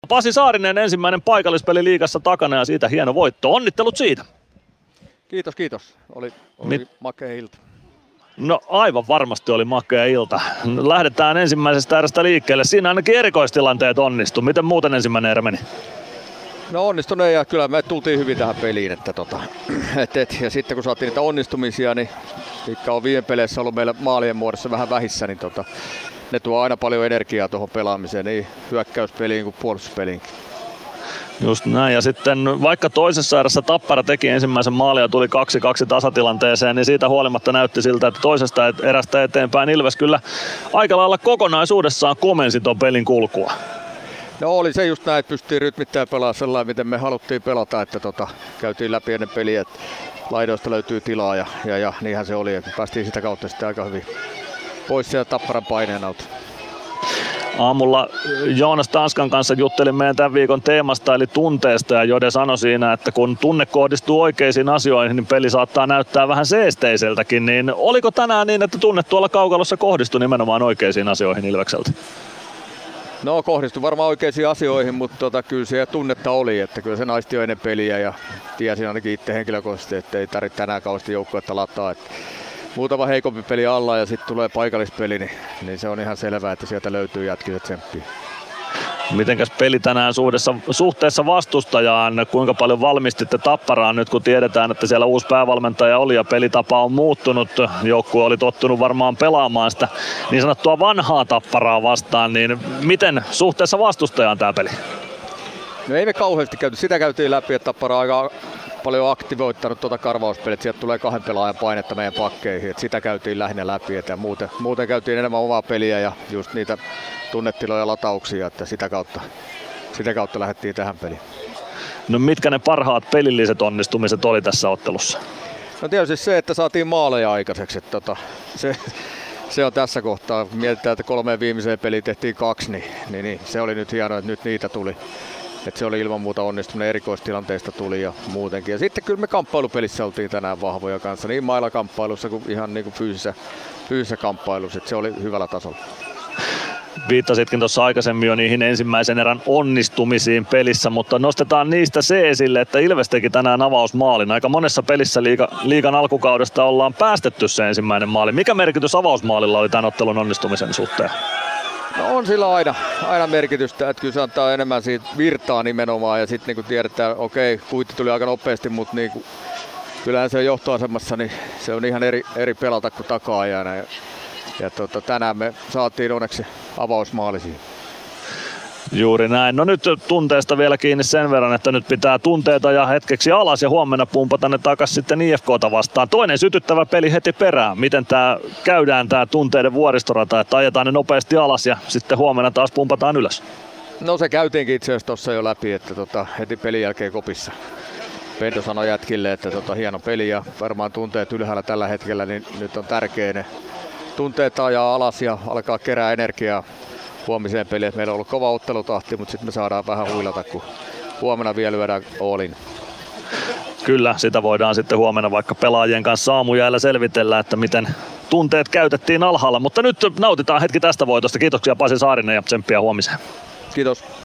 Pasi Saarinen ensimmäinen paikallispeli liigassa takana ja siitä hieno voitto. Onnittelut siitä. Kiitos. Oli makea ilta. No aivan varmasti oli makea ilta. Lähdetään ensimmäisestä erästä liikkeelle. Siinä ainakin erikoistilanteet onnistu. Miten muuten ensimmäinen erä meni? No onnistuneen ja kyllä me tultiin hyvin tähän peliin. Ja sitten kun saatiin niitä onnistumisia, niin mitkä on viime peleissä ollut meillä maalien muodossa vähän vähissä, niin ne tuo aina paljon energiaa tuohon pelaamiseen, niin hyökkäyspeliin kuin puolustuspeliinkin. Just näin, ja sitten vaikka toisessa erässä Tappara teki ensimmäisen maalin ja tuli 2-2 tasatilanteeseen, niin siitä huolimatta näytti siltä, että toisesta erästä eteenpäin Ilves kyllä aika lailla kokonaisuudessaan komensi ton pelin kulkua. No oli se just näin, että pystyttiin rytmittämään pelaamaan sellainen, miten me haluttiin pelata, että käytiin läpi ennen peliä, että laidoista löytyy tilaa ja niinhän se oli, että päästiin sitä kautta sitten aika hyvin pois sieltä Tapparan paineen alta. Aamulla Joonas Tanskan kanssa juttelin meidän tämän viikon teemasta eli tunteesta ja Jode sanoi siinä, että kun tunne kohdistuu oikeisiin asioihin, niin peli saattaa näyttää vähän seesteiseltäkin. Niin oliko tänään niin, että tunne tuolla kaukalossa kohdistui nimenomaan oikeisiin asioihin Ilvekseltä? No kohdistui varmaan oikeisiin asioihin, mutta kyllä siellä tunnetta oli, että kyllä se naisti jo ennen peliä ja tiesin ainakin itse henkilökohtaisesti, että ei tarvitse tänään kauheasti joukkuetta lataa. Muutama heikompi peli alla ja sitten tulee paikallispeli, niin se on ihan selvää, että sieltä löytyy jätkille tsemppiä. Mitenkäs peli tänään suhteessa vastustajaan? Kuinka paljon valmistitte Tapparaan nyt, kun tiedetään, että siellä uusi päävalmentaja oli ja pelitapa on muuttunut? Joukkue oli tottunut varmaan pelaamaan sitä niin sanottua vanhaa Tapparaa vastaan, niin miten suhteessa vastustajaan tämä peli? No ei me kauheasti käyty. Sitä käytiin läpi, että Tappara on aika paljon aktivoittanut karvauspeliä, että sieltä tulee 2 pelaajan painetta meidän pakkeihin. Että sitä käytiin lähinnä läpi, että muuten käytiin enemmän omaa peliä ja just niitä tunnetiloja latauksia, että sitä kautta lähdettiin tähän peliin. No mitkä ne parhaat pelilliset onnistumiset oli tässä ottelussa? No tietysti se, että saatiin maaleja aikaiseksi. Että se on tässä kohtaa. Mietitään, että 3 viimeiseen peliin tehtiin 2, niin se oli nyt hienoa, että nyt niitä tuli. Että se oli ilman muuta onnistuminen, erikoistilanteista tuli ja muutenkin. Ja sitten kyllä me kamppailupelissä oltiin tänään vahvoja kanssa, niin mailakamppailussa kuin ihan niin kuin fyysisessä kamppailussa, että se oli hyvällä tasolla. Viittasitkin tuossa aikaisemmin jo niihin ensimmäisen erän onnistumisiin pelissä, mutta nostetaan niistä se esille, että Ilves teki tänään avausmaalin. Aika monessa pelissä liigan alkukaudesta ollaan päästetty se ensimmäinen maali. Mikä merkitys avausmaalilla oli tämän ottelun onnistumisen suhteen? No on sillä aina merkitystä, että kyllä se antaa enemmän siitä virtaa nimenomaan ja sitten niin kuin tiedetään, okei, kuitti tuli aika nopeasti, mutta niin kuin, kyllähän se johtoasemassa, niin se on ihan eri pelata kuin taka-ajana ja tänään me saatiin onneksi avausmaali siihen. Juuri näin. No nyt tunteesta vielä kiinni sen verran, että nyt pitää tunteita ja hetkeksi alas ja huomenna pumpata ne takas sitten IFK:ta vastaan. Toinen sytyttävä peli heti perään. Miten käydään tää tunteiden vuoristorata, että ajetaan ne nopeasti alas ja sitten huomenna taas pumpataan ylös? No se käytiinkin itse asiassa tuossa jo läpi, että heti pelin jälkeen kopissa. Pento sanoi jätkille, että hieno peli ja varmaan tunteet ylhäällä tällä hetkellä, niin nyt on tärkeä ne tunteet ajaa alas ja alkaa kerää energiaa huomiseen peliin. Meillä on ollut kova ottelutahti, mutta sitten me saadaan vähän huilata, kun huomenna vielä lyödään all-in. Kyllä, sitä voidaan sitten huomenna vaikka pelaajien kanssa aamujäällä selvitellä, että miten tunteet käytettiin alhaalla. Mutta nyt nautitaan hetki tästä voitosta. Kiitoksia Pasi Saarinen ja tsemppiä huomiseen. Kiitos.